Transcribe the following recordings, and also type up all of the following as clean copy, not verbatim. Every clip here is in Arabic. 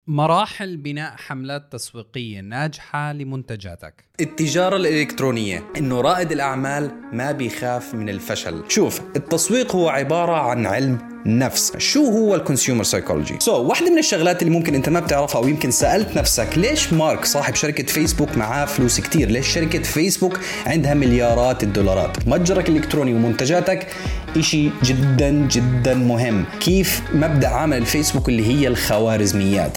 مراحل بناء حملات تسويقية ناجحة لمنتجاتك. التجارة الإلكترونية إنه رائد الأعمال ما بيخاف من الفشل. شوف، التسويق هو عبارة عن علم نفس. شو هو الكونسيومر سايكولوجي؟ واحدة من الشغلات اللي ممكن أنت ما بتعرفها أو يمكن سألت نفسك، ليش مارك صاحب شركة فيسبوك معاه فلوس كتير؟ ليش شركة فيسبوك عندها مليارات الدولارات؟ متجرك الإلكتروني ومنتجاتك إشي جدا جدا مهم. كيف مبدأ عمل الفيسبوك اللي هي الخوارزميات.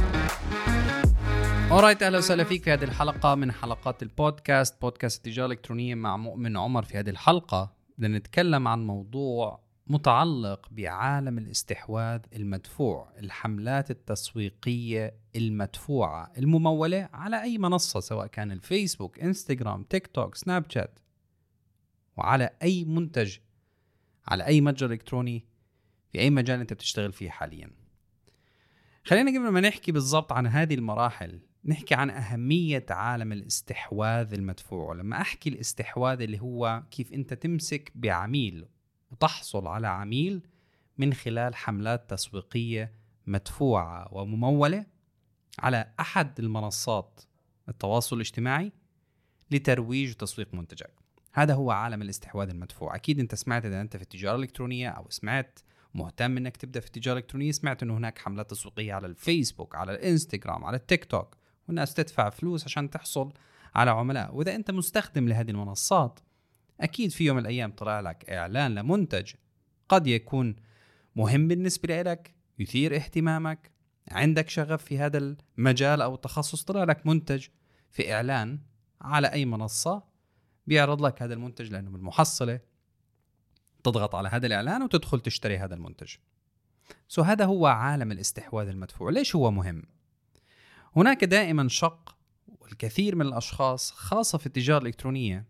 أورايت، أهلا وسهلا فيك في هذه الحلقة من حلقات بودكاست التجارة الإلكترونية مع مؤمن عمر. في هذه الحلقة بدنا نتكلم عن موضوع متعلق بعالم الاستحواذ المدفوع، الحملات التسويقية المدفوعة الممولة على أي منصة، سواء كان الفيسبوك، إنستغرام، تيك توك، سناب شات، وعلى أي منتج، على أي متجر إلكتروني في أي مجال أنت بتشتغل فيه حاليا. خلينا قبل ما نحكي بالضبط عن هذه المراحل نحكي عن أهمية عالم الاستحواذ المدفوع. لما أحكي الاستحواذ اللي هو كيف أنت تمسك بعميل وتحصل على عميل من خلال حملات تسويقية مدفوعة وممولة على أحد المنصات التواصل الاجتماعي لترويج وتسويق منتجك. هذا هو عالم الاستحواذ المدفوع. أكيد أنت سمعت إذا أنت في التجارة الإلكترونية أو سمعت مهتم إنك تبدأ في التجارة الإلكترونية، سمعت إنه هناك حملات تسويقية على الفيسبوك، على الإنستغرام، على التيك توك، والناس تدفع فلوس عشان تحصل على عملاء. وإذا أنت مستخدم لهذه المنصات، أكيد في يوم من الأيام طلع لك إعلان لمنتج قد يكون مهم بالنسبة لك، يثير اهتمامك، عندك شغف في هذا المجال أو التخصص، طلع لك منتج في إعلان على أي منصة، بيعرض لك هذا المنتج لأنه بالمحصلة تضغط على هذا الإعلان وتدخل تشتري هذا المنتج. هذا هو عالم الاستحواذ المدفوع. ليش هو مهم؟ هناك دائما شق، والكثير من الأشخاص خاصة في التجارة الإلكترونية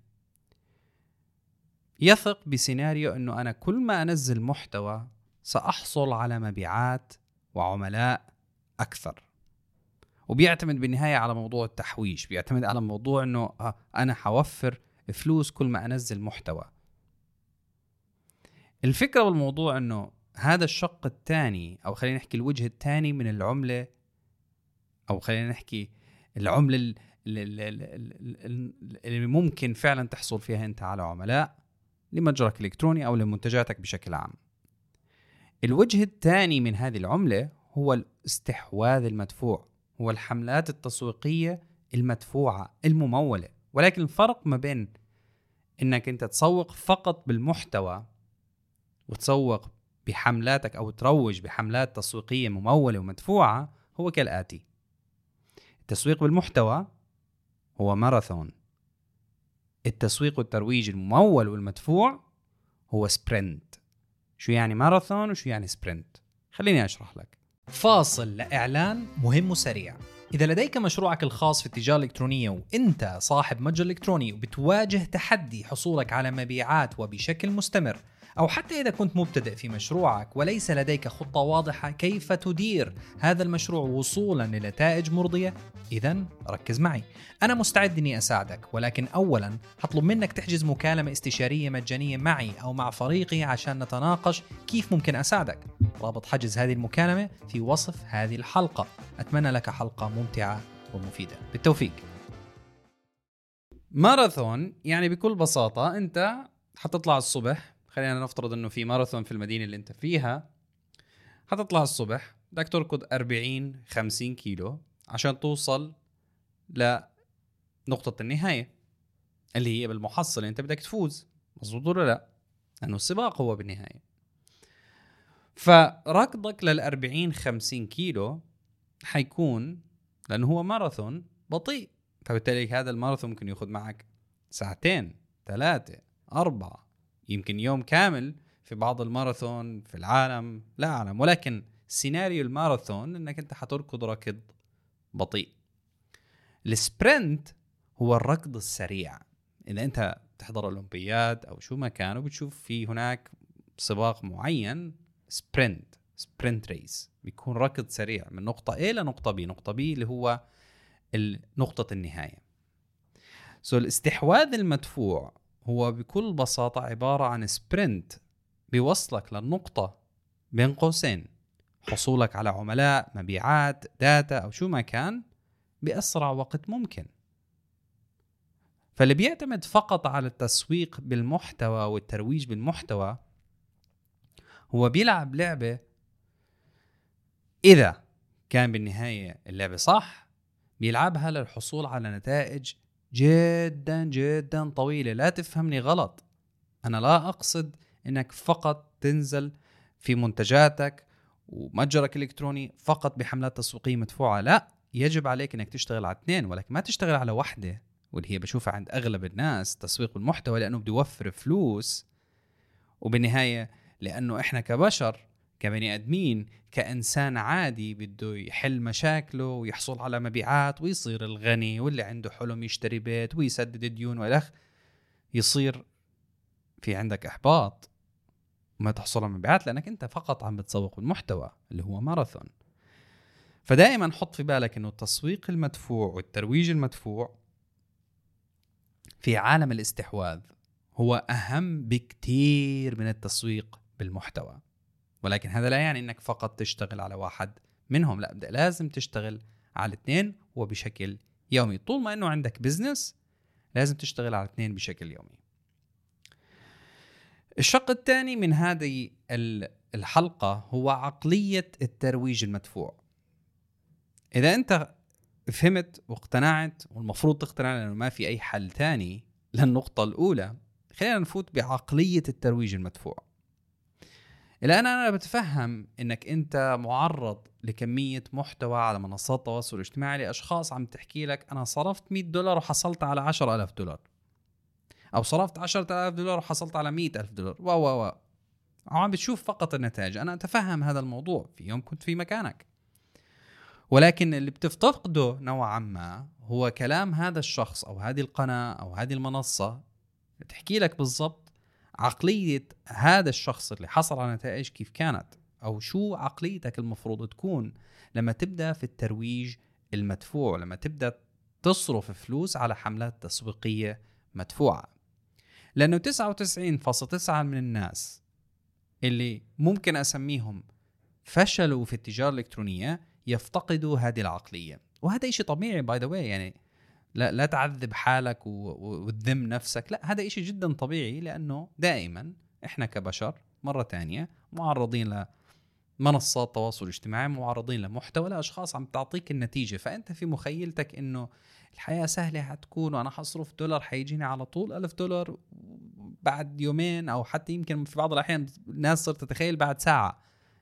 يثق بسيناريو أنه أنا كل ما أنزل محتوى سأحصل على مبيعات وعملاء أكثر، وبيعتمد بالنهاية على موضوع التحويش، بيعتمد على موضوع أنه أنا حوفر فلوس كل ما أنزل محتوى. الفكرة بالموضوع أنه هذا الشق الثاني، أو خلينا نحكي الوجه الثاني من العملة، أو خلينا نحكي العملة اللي ممكن فعلا تحصل فيها أنت على عملاء لمتجرك الإلكتروني أو لمنتجاتك بشكل عام. الوجه الثاني من هذه العملة هو الاستحواذ المدفوع، هو الحملات التسويقية المدفوعة الممولة. ولكن الفرق ما بين إنك أنت تسوق فقط بالمحتوى وتسوق بحملاتك أو تروج بحملات تسويقية ممولة ومدفوعة هو كالآتي: التسويق بالمحتوى هو ماراثون، التسويق والترويج الممول والمدفوع هو سبرنت. شو يعني ماراثون وشو يعني سبرنت؟ خليني أشرح لك. فاصل لإعلان مهم وسريع. إذا لديك مشروعك الخاص في التجارة الإلكترونية وإنت صاحب متجر إلكتروني وبتواجه تحدي حصولك على مبيعات وبشكل مستمر، أو حتى إذا كنت مبتدئ في مشروعك وليس لديك خطة واضحة كيف تدير هذا المشروع وصولا لنتائج مرضية، إذن ركز معي. أنا مستعد إني أساعدك، ولكن أولا هطلب منك تحجز مكالمة استشارية مجانية معي أو مع فريقي عشان نتناقش كيف ممكن أساعدك. رابط حجز هذه المكالمة في وصف هذه الحلقة. أتمنى لك حلقة ممتعة ومفيدة. بالتوفيق. ماراثون يعني بكل بساطة أنت حتطلع الصبح، خلينا نفترض انه في ماراثون في المدينة اللي انت فيها، هتطلع الصبح بدك تركض 40-50 كيلو عشان توصل لنقطة النهاية اللي هي بالمحصلة انت بدك تفوز. مظبوط ولا لا؟ لانه السباق هو بالنهاية. فركضك 40-50 كيلو حيكون، لانه هو ماراثون بطيء، فبالتالي هذا الماراثون ممكن ياخذ معك 2 3 4 يمكن يوم كامل في بعض الماراثون في العالم، لا أعلم. ولكن سيناريو الماراثون انك انت حتركض ركض بطيء. السبرنت هو الركض السريع. اذا انت تحضر الاولمبياد او شو ما كانوا بتشوف في هناك سباق معين، سبرنت ريس، بيكون ركض سريع من نقطة A لنقطة B. نقطة B اللي هو نقطة النهاية. الاستحواذ المدفوع هو بكل بساطة عبارة عن سبرنت بيوصلك للنقطة بين قوسين حصولك على عملاء، مبيعات، داتا أو شو ما كان بأسرع وقت ممكن. فاللي بيعتمد فقط على التسويق بالمحتوى والترويج بالمحتوى هو بيلعب لعبة إذا كان بالنهاية اللعبة صح بيلعبها للحصول على نتائج جدا جدا طويلة. لا تفهمني غلط، أنا لا أقصد إنك فقط تنزل في منتجاتك ومتجرك الإلكتروني فقط بحملات تسويقية مدفوعة. لا، يجب عليك إنك تشتغل على 2، ولكن ما تشتغل على واحدة، واللي هي بشوفها عند أغلب الناس تسويق المحتوى، لأنه بده يوفر فلوس. وبالنهاية لأنه إحنا كبشر، كبني أدمين، كإنسان عادي بده يحل مشاكله ويحصل على مبيعات ويصير الغني، واللي عنده حلم يشتري بيت ويسدد الديون والأخ، يصير في عندك إحباط وما تحصل على مبيعات لأنك أنت فقط عم بتسوق المحتوى اللي هو ماراثون. فدائما حط في بالك أنه التسويق المدفوع والترويج المدفوع في عالم الاستحواذ هو أهم بكتير من التسويق بالمحتوى. ولكن هذا لا يعني أنك فقط تشتغل على واحد منهم، لا، لازم تشتغل على 2 وبشكل يومي. طول ما أنه عندك بزنس لازم تشتغل على 2 بشكل يومي. الشق الثاني من هذه الحلقة هو عقلية الترويج المدفوع. إذا أنت فهمت واقتنعت، والمفروض تقتنع لأنه ما في أي حل تاني للنقطة الأولى، خلينا نفوت بعقلية الترويج المدفوع. الآن أنا بتفهم إنك أنت معرض لكمية محتوى على منصات التواصل الاجتماعي لأشخاص عم تحكي لك أنا صرفت $100 وحصلت على $10,000، أو صرفت $10,000 وحصلت على $100,000 عم بتشوف فقط النتائج. أنا أتفهم هذا الموضوع، في يوم كنت في مكانك. ولكن اللي بتفتقده نوعا ما هو كلام هذا الشخص أو هذه القناة أو هذه المنصة تحكي لك بالضبط عقلية هذا الشخص اللي حصل على نتائج كيف كانت، أو شو عقليتك المفروض تكون لما تبدأ في الترويج المدفوع، لما تبدأ تصرف فلوس على حملات تسويقية مدفوعة. لأنه 99.9 من الناس اللي ممكن أسميهم فشلوا في التجارة الإلكترونية يفتقدوا هذه العقلية. وهذا إشي طبيعي باي ذا واي، يعني لا تعذب حالك وتذم نفسك، لا، هذا إشي جدا طبيعي، لأنه دائما إحنا كبشر مرة تانية معرضين لمنصات تواصل اجتماعي، معرضين لمحتوى لأشخاص عم تعطيك النتيجة. فأنت في مخيلتك إنه الحياة سهلة هتكون، وأنا حصرف $1 حيجيني على طول $1,000 بعد يومين، أو حتى يمكن في بعض الأحيان الناس صرت تتخيل بعد ساعة.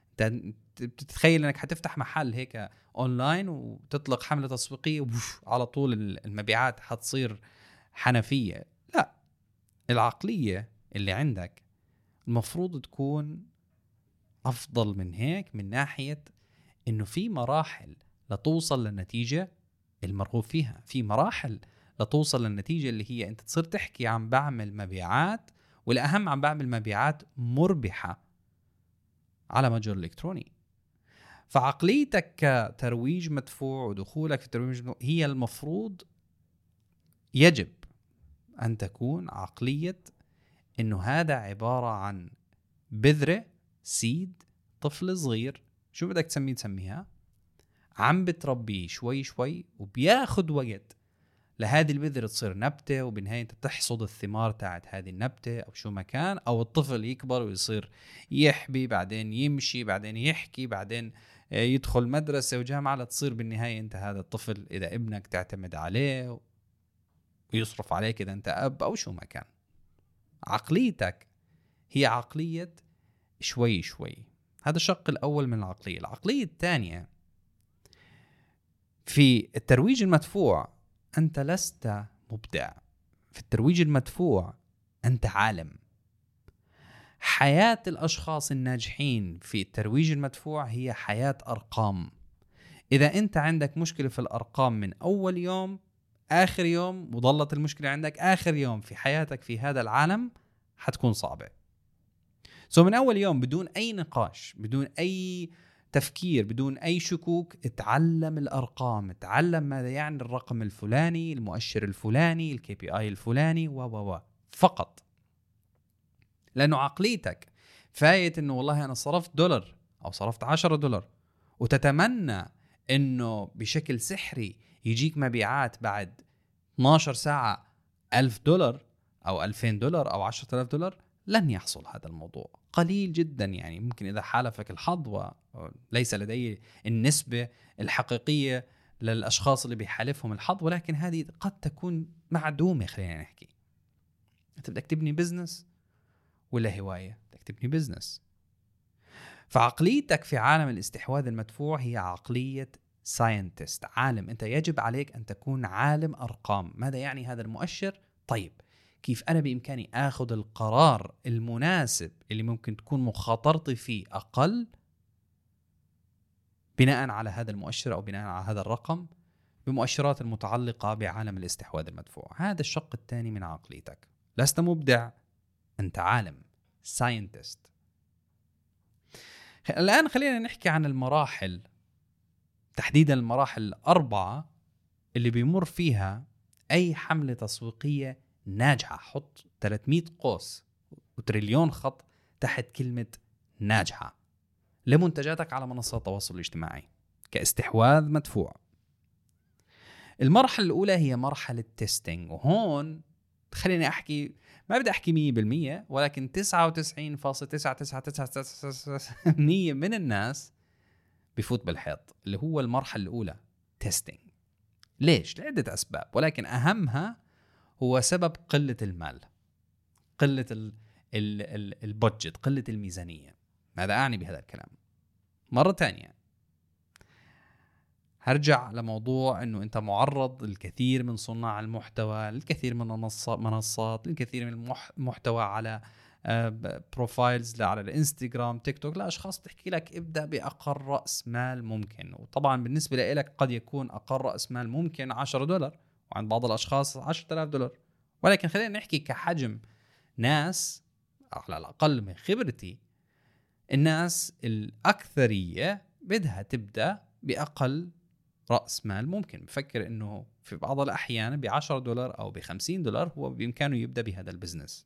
تتخيل انك هتفتح محل هيك اونلاين وتطلق حملة تسويقية على طول المبيعات هتصير حنفية. لا، العقلية اللي عندك المفروض تكون افضل من هيك، من ناحية انه في مراحل لتوصل للنتيجة المرغوب فيها، في مراحل لتوصل للنتيجة اللي هي انت تصير تحكي عم بعمل مبيعات، والاهم عم بعمل مبيعات مربحة على متجر الإلكتروني. فعقليتك كترويج مدفوع ودخولك في الترويج مدفوع هي المفروض يجب أن تكون عقلية إنه هذا عبارة عن بذرة، سيد، طفل صغير، شو بدك تسميها، عم بتربيه شوي شوي، وبياخد وقت لهذه البذرة تصير نبتة، وبالنهاية انت تحصد الثمار تاعت هذه النبتة أو شو مكان، أو الطفل يكبر ويصير يحبي، بعدين يمشي، بعدين يحكي، بعدين يدخل مدرسة وجامعة، لتصير بالنهاية انت هذا الطفل إذا ابنك تعتمد عليه ويصرف عليك إذا انت أب أو شو مكان. عقليتك هي عقلية شوي شوي. هذا الشق الأول من العقلية. العقلية الثانية في الترويج المدفوع، أنت لست مبدع. في الترويج المدفوع أنت عالم. حياة الأشخاص الناجحين في الترويج المدفوع هي حياة أرقام. إذا أنت عندك مشكلة في الأرقام من أول يوم آخر يوم، وظلت المشكلة عندك آخر يوم في حياتك في هذا العالم، حتكون صعبة. من أول يوم بدون أي نقاش، بدون أي تفكير، بدون أي شكوك، اتعلم الأرقام، اتعلم ماذا يعني الرقم الفلاني، المؤشر الفلاني، الKPI الفلاني فقط. لأنه عقليتك فايت إنه والله أنا صرفت $1 أو صرفت $10 وتتمنى انه بشكل سحري يجيك مبيعات بعد 12 ساعة $1,000 أو $2,000 أو $10,000، لن يحصل هذا الموضوع. قليل جدا، يعني ممكن إذا حالفك الحظ، وليس لدي النسبة الحقيقية للأشخاص اللي بيحالفهم الحظ، ولكن هذه قد تكون معدومة. خلينا نحكي، أنت بدك تبني بزنس ولا هواية؟ بدك تبني بزنس. فعقليتك في عالم الاستحواذ المدفوع هي عقلية ساينتست، عالم. أنت يجب عليك أن تكون عالم أرقام. ماذا يعني هذا المؤشر؟ طيب، كيف أنا بإمكاني أخذ القرار المناسب اللي ممكن تكون مخاطرتي فيه أقل بناء على هذا المؤشر أو بناء على هذا الرقم بمؤشرات المتعلقة بعالم الاستحواذ المدفوع. هذا الشق الثاني من عقليتك. لست مبدع، أنت عالم، ساينتست. الآن خلينا نحكي عن المراحل، تحديدا المراحل 4 اللي بيمر فيها أي حملة تسويقية ناجحة. حط 300 قوس وتريليون خط تحت كلمة ناجحة لمنتجاتك على منصات التواصل الاجتماعي كاستحواذ مدفوع. المرحلة الأولى هي مرحلة تيستينج، وهون خليني أحكي، ما بدي أحكي 100%، ولكن 99.999% من الناس بفوت بالحيط، اللي هو المرحلة الأولى تيستينج. ليش؟ لعدة أسباب، ولكن أهمها هو سبب قلة المال، قلة البودجت، قلة الميزانية. ماذا أعني بهذا الكلام؟ مرة تانية هرجع لموضوع أنه أنت معرض للكثير من صناع المحتوى، الكثير من منصات، الكثير من المحتوى على بروفايلز على الانستغرام، تيك توك، لأشخاص تحكي لك ابدأ بأقل رأس مال ممكن. وطبعا بالنسبة لك قد يكون أقل رأس مال ممكن $10، وعند بعض الأشخاص $10,000. ولكن خلينا نحكي كحجم ناس، على الأقل من خبرتي، الناس الأكثرية بدها تبدأ بأقل رأس مال ممكن. بفكر إنه في بعض الأحيان $10 أو $50 هو بإمكانه يبدأ بهذا البزنس.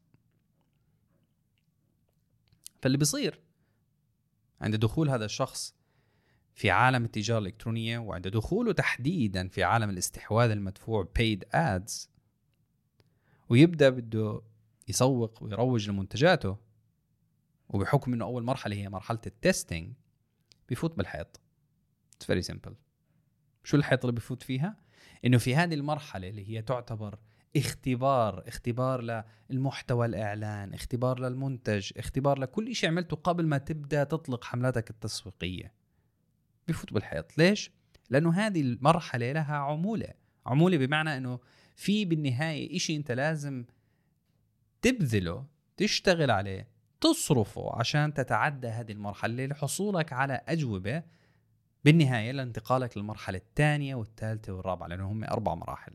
فاللي بيصير عند دخول هذا الشخص في عالم التجارة الإلكترونية، وعند دخوله تحديدا في عالم الاستحواذ المدفوع paid ads، ويبدأ بده يسوق ويروج لمنتجاته، وبحكم إنه أول مرحلة هي مرحلة التستينج، بيفوت بالحيط. It's very simple. شو الحيط اللي بيفوت فيها؟ إنه في هذه المرحلة اللي هي تعتبر اختبار للمحتوى الإعلان، اختبار للمنتج، اختبار لكل شيء عملته قبل ما تبدأ تطلق حملاتك التسويقية، بيفوت بالحيط. ليش؟ لأنه هذه المرحلة لها عمولة بمعنى إنه في بالنهاية إشي أنت لازم تبذله، تشتغل عليه، تصرفه عشان تتعدى هذه المرحلة لحصولك على أجوبة بالنهاية لانتقالك للمرحلة الثانية والثالثة والرابعة، لأنه هم 4 مراحل.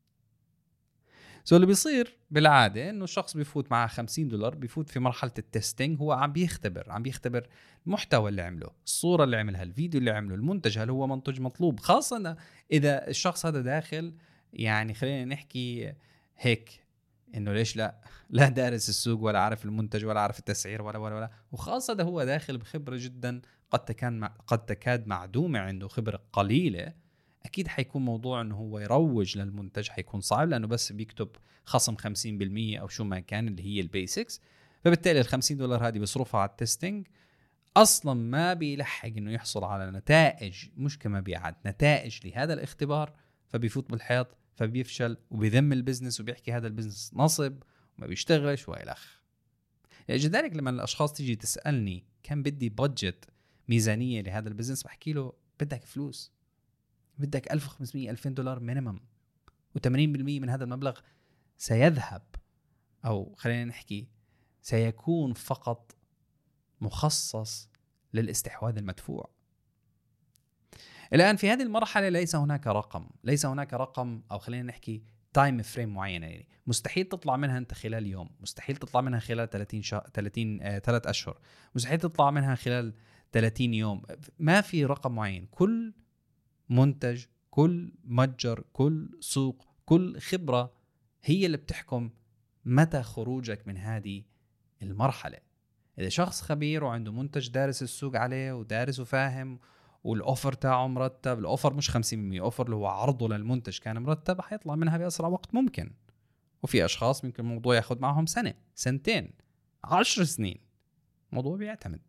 اللي بيصير بالعادة إنه الشخص بيفوت معه $50، بيفوت في مرحلة التستينج. هو عم بيختبر المحتوى اللي عمله، الصورة اللي عملها، الفيديو اللي عمله، المنتج هل هو منتج مطلوب، خاصة إذا الشخص هذا داخل، يعني خلينا نحكي هيك، إنه ليش لا دارس السوق ولا عارف المنتج ولا عارف التسعير ولا وخاصة ده هو داخل بخبرة جدا قد تكاد معدومة، عنده خبرة قليلة. أكيد حيكون موضوع إنه هو يروج للمنتج حيكون صعب، لأنه بس بيكتب خصم 50% أو شو ما كان اللي هي البيسكس. فبالتالي $50 هذه بيصرفها على التستينج، أصلا ما بيلحق إنه يحصل على نتائج، مش كمبيعات، نتائج لهذا الاختبار. فبيفوت بالحيط، فبيفشل وبيذم البزنس وبيحكي هذا البزنس نصب وما بيشتغلش وإلخ. لذلك لما الأشخاص تيجي تسألني كم بدي بادجت، ميزانية لهذا البزنس، بحكي له بدك فلوس، بدك $1,500-$2,000 مينيمم، و80% من هذا المبلغ سيذهب، أو خلينا نحكي سيكون فقط مخصص للاستحواذ المدفوع. الآن في هذه المرحلة ليس هناك رقم أو خلينا نحكي تايم فريم معينة، يعني مستحيل تطلع منها أنت خلال يوم، مستحيل تطلع منها خلال 3 أشهر، مستحيل تطلع منها خلال 30 يوم. ما في رقم معين. كل منتج، كل متجر، كل سوق، كل خبرة هي اللي بتحكم متى خروجك من هذه المرحلة. إذا شخص خبير وعنده منتج دارس السوق عليه ودارس وفاهم والاوفر تاعه مرتب. الاوفر مش 50%، اوفر اللي هو عرضه للمنتج كان مرتب، حيطلع منها باسرع وقت ممكن. وفي اشخاص ممكن الموضوع ياخد معهم سنه، سنتين، 10 سنين، الموضوع بيعتمد.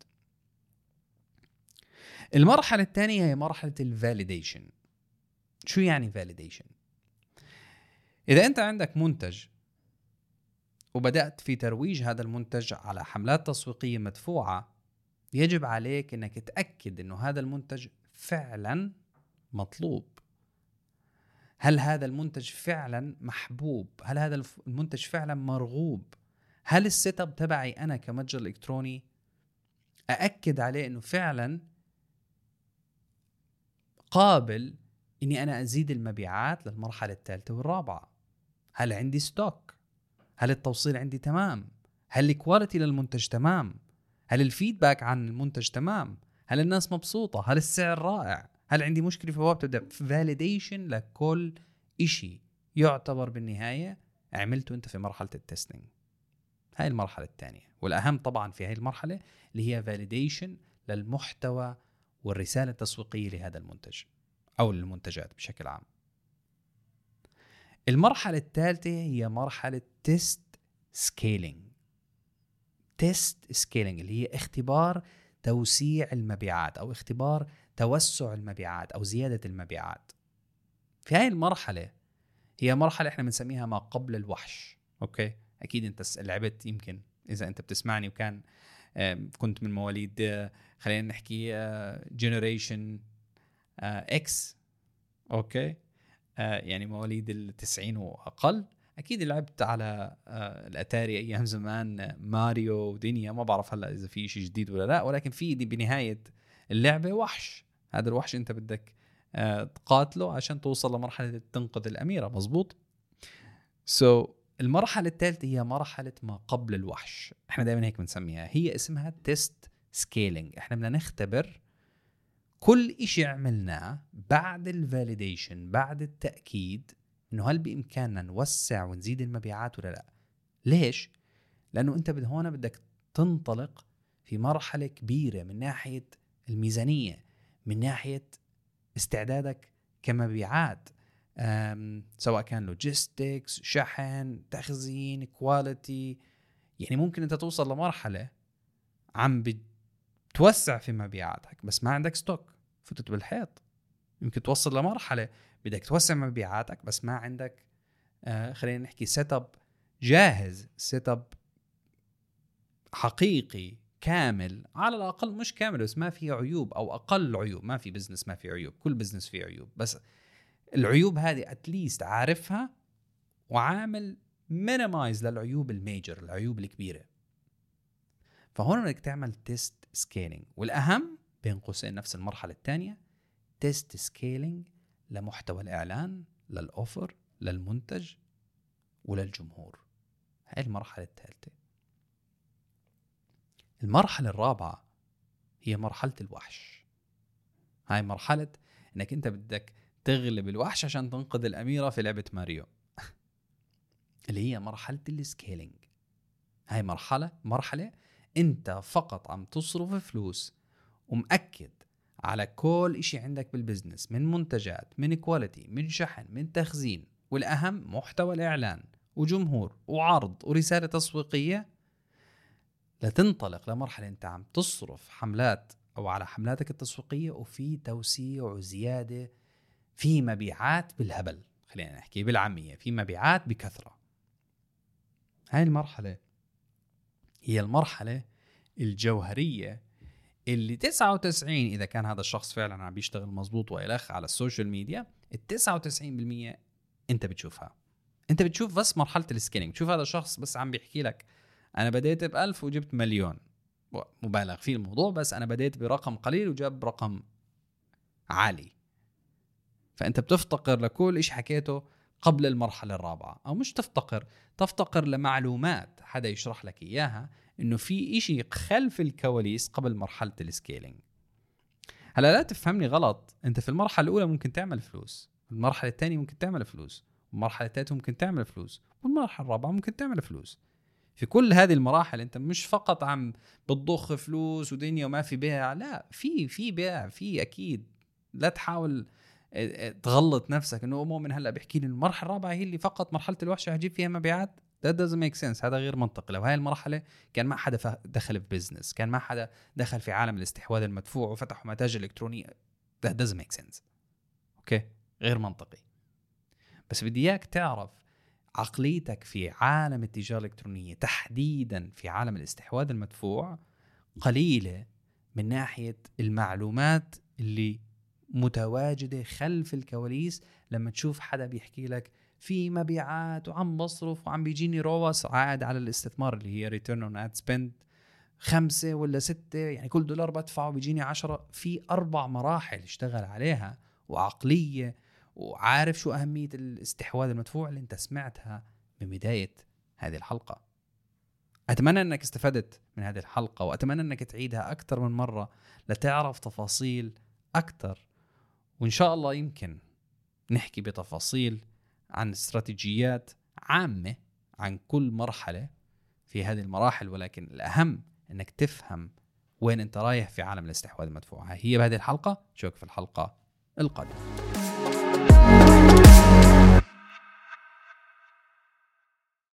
المرحله الثانيه هي مرحله الفاليديشن. شو يعني فاليديشن؟ اذا انت عندك منتج وبدأت في ترويج هذا المنتج على حملات تسويقية مدفوعة، يجب عليك انك تتأكد انه هذا المنتج فعلا مطلوب. هل هذا المنتج فعلا محبوب؟ هل هذا المنتج فعلا مرغوب؟ هل السيت اب تبعي انا كمتجر الكتروني أأكد عليه انه فعلا قابل اني انا ازيد المبيعات للمرحلة الثالثة والرابعة؟ هل عندي ستوك؟ هل التوصيل عندي تمام؟ هل الكواليتي للمنتج تمام؟ هل الفيدباك عن المنتج تمام؟ هل الناس مبسوطة؟ هل السعر رائع؟ هل عندي مشكلة في بوابة؟ تبدأ فاليديشن لكل إشي يعتبر بالنهاية عملته أنت في مرحلة التستنج. هاي المرحلة الثانية والأهم طبعا في هاي المرحلة، اللي هي فاليديشن للمحتوى والرسالة التسويقية لهذا المنتج أو المنتجات بشكل عام. المرحلة الثالثة هي مرحلة تيست سكيلينج. تيست سكيلينج اللي هي اختبار توسيع المبيعات أو اختبار توسع المبيعات أو زيادة المبيعات. في هاي المرحلة هي مرحلة احنا بنسميها ما قبل الوحش. اوكي، اكيد انت لعبت، يمكن اذا انت بتسمعني وكان كنت من مواليد خلينا نحكي جنريشن اكس، اوكي، يعني مواليد 90 واقل، اكيد لعبت على الاتاري ايام زمان ماريو ودنيا. ما بعرف هلا اذا في شيء جديد ولا لا، ولكن في دي بنهايه اللعبه وحش. هذا الوحش انت بدك تقاتله عشان توصل لمرحله تنقذ الاميره، مزبوط. المرحله الثالثه هي مرحله ما قبل الوحش، احنا دائما هيك بنسميها، هي اسمها تيست سكيلينج. احنا بدنا نختبر كل إشي عملناه بعد الفاليديشن، بعد التأكيد إنه هل بإمكاننا نوسع ونزيد المبيعات ولا لا. ليش؟ لأنه أنت هون بدك تنطلق في مرحلة كبيرة من ناحية الميزانية، من ناحية استعدادك كمبيعات، سواء كان لوجيستكس، شحن، تخزين، كواليتي. يعني ممكن أنت توصل لمرحلة عم توسع في مبيعاتك بس ما عندك ستوك، فتت بالحيط. يمكن توصل لمرحلة بدك توسع مبيعاتك بس ما عندك خلينا نحكي سيت اب جاهز، سيت اب حقيقي كامل، على الأقل مش كامل بس ما فيه عيوب أو أقل عيوب. ما في بزنس ما فيه عيوب، كل بزنس فيه عيوب، بس العيوب هذه أتليست عارفها وعامل مينيمايز للعيوب الميجر، العيوب الكبيرة. فهون بدك تعمل تيست سكيلينج. والأهم بين قوسين نفس المرحلة الثانية، تيست سكيلينج لمحتوى الإعلان، للأوفر، للمنتج وللجمهور. هاي المرحلة الثالثة. المرحلة الرابعة هي مرحلة الوحش. هاي مرحلة انك انت بدك تغلب الوحش عشان تنقذ الأميرة في لعبة ماريو اللي هي مرحلة السكيلينج. هاي مرحلة انت فقط عم تصرف فلوس ومأكد على كل اشي عندك بالبزنس، من منتجات، من كواليتي، من شحن، من تخزين، والأهم محتوى الإعلان وجمهور وعرض ورسالة تسويقية، لتنطلق لمرحلة انت عم تصرف حملات او على حملاتك التسويقية وفي توسيع وزيادة في مبيعات بالهبل، خلينا نحكي بالعامية، في مبيعات بكثرة. هاي المرحلة هي المرحلة الجوهرية اللي 99 إذا كان هذا الشخص فعلا عم بيشتغل مزبوط وإلخ على السوشيال ميديا، 99% أنت بتشوفها. أنت بتشوف بس مرحلة السكيلينج، بتشوف هذا الشخص بس عم بيحكي لك أنا بديت ب1000 وجبت مليون، مبالغ في الموضوع، بس أنا بديت برقم قليل وجاب رقم عالي. فأنت بتفتقر لكل إيش حكيته قبل المرحلة الرابعة، أو مش تفتقر لمعلومات حدا يشرح لك إياها إنه في إشي خلف الكواليس قبل مرحلة السكيلينج. هلا لا تفهمني غلط، أنت في المرحلة الأولى ممكن تعمل فلوس، المرحلة الثانية ممكن تعمل فلوس، والمرحلة الثالثة ممكن تعمل فلوس، والمرحلة الرابعة ممكن تعمل فلوس. في كل هذه المراحل انت مش فقط عم بتضخ فلوس ودنيا وما في بيع، لا، في بيع، في اكيد. لا تحاول تغلط نفسك انه مؤمن هلا بيحكي لي المرحله الرابعه هي اللي فقط مرحله الوحشه هجيب فيها مبيعات. That doesn't make sense. هذا غير منطقي. لو هاي المرحله كان ما حدا دخل في بزنس، كان ما حدا دخل في عالم الاستحواذ المدفوع وفتحوا متاجر الكترونيه. That doesn't make sense. اوكي، غير منطقي. بس بدي اياك تعرف عقليتك في عالم التجاره الالكترونيه، تحديدا في عالم الاستحواذ المدفوع، قليله من ناحيه المعلومات اللي متواجده خلف الكواليس. لما تشوف حدا بيحكي لك في مبيعات وعم بصرف وعم بيجيني روس عائد على الاستثمار اللي هي return on ad spend 5 ولا 6، يعني كل دولار بدفعه بيجيني 10. في 4 مراحل اشتغل عليها وعقلية، وعارف شو أهمية الاستحواذ المدفوع اللي انت سمعتها من بداية هذه الحلقة. أتمنى أنك استفدت من هذه الحلقة، وأتمنى أنك تعيدها أكثر من مرة لتعرف تفاصيل أكثر، وإن شاء الله يمكن نحكي بتفاصيل عن استراتيجيات عامة عن كل مرحلة في هذه المراحل. ولكن الأهم أنك تفهم وين أنت رايح في عالم الاستحواذ المدفوع. هي بهذه الحلقة، شوفك في الحلقة القادمة.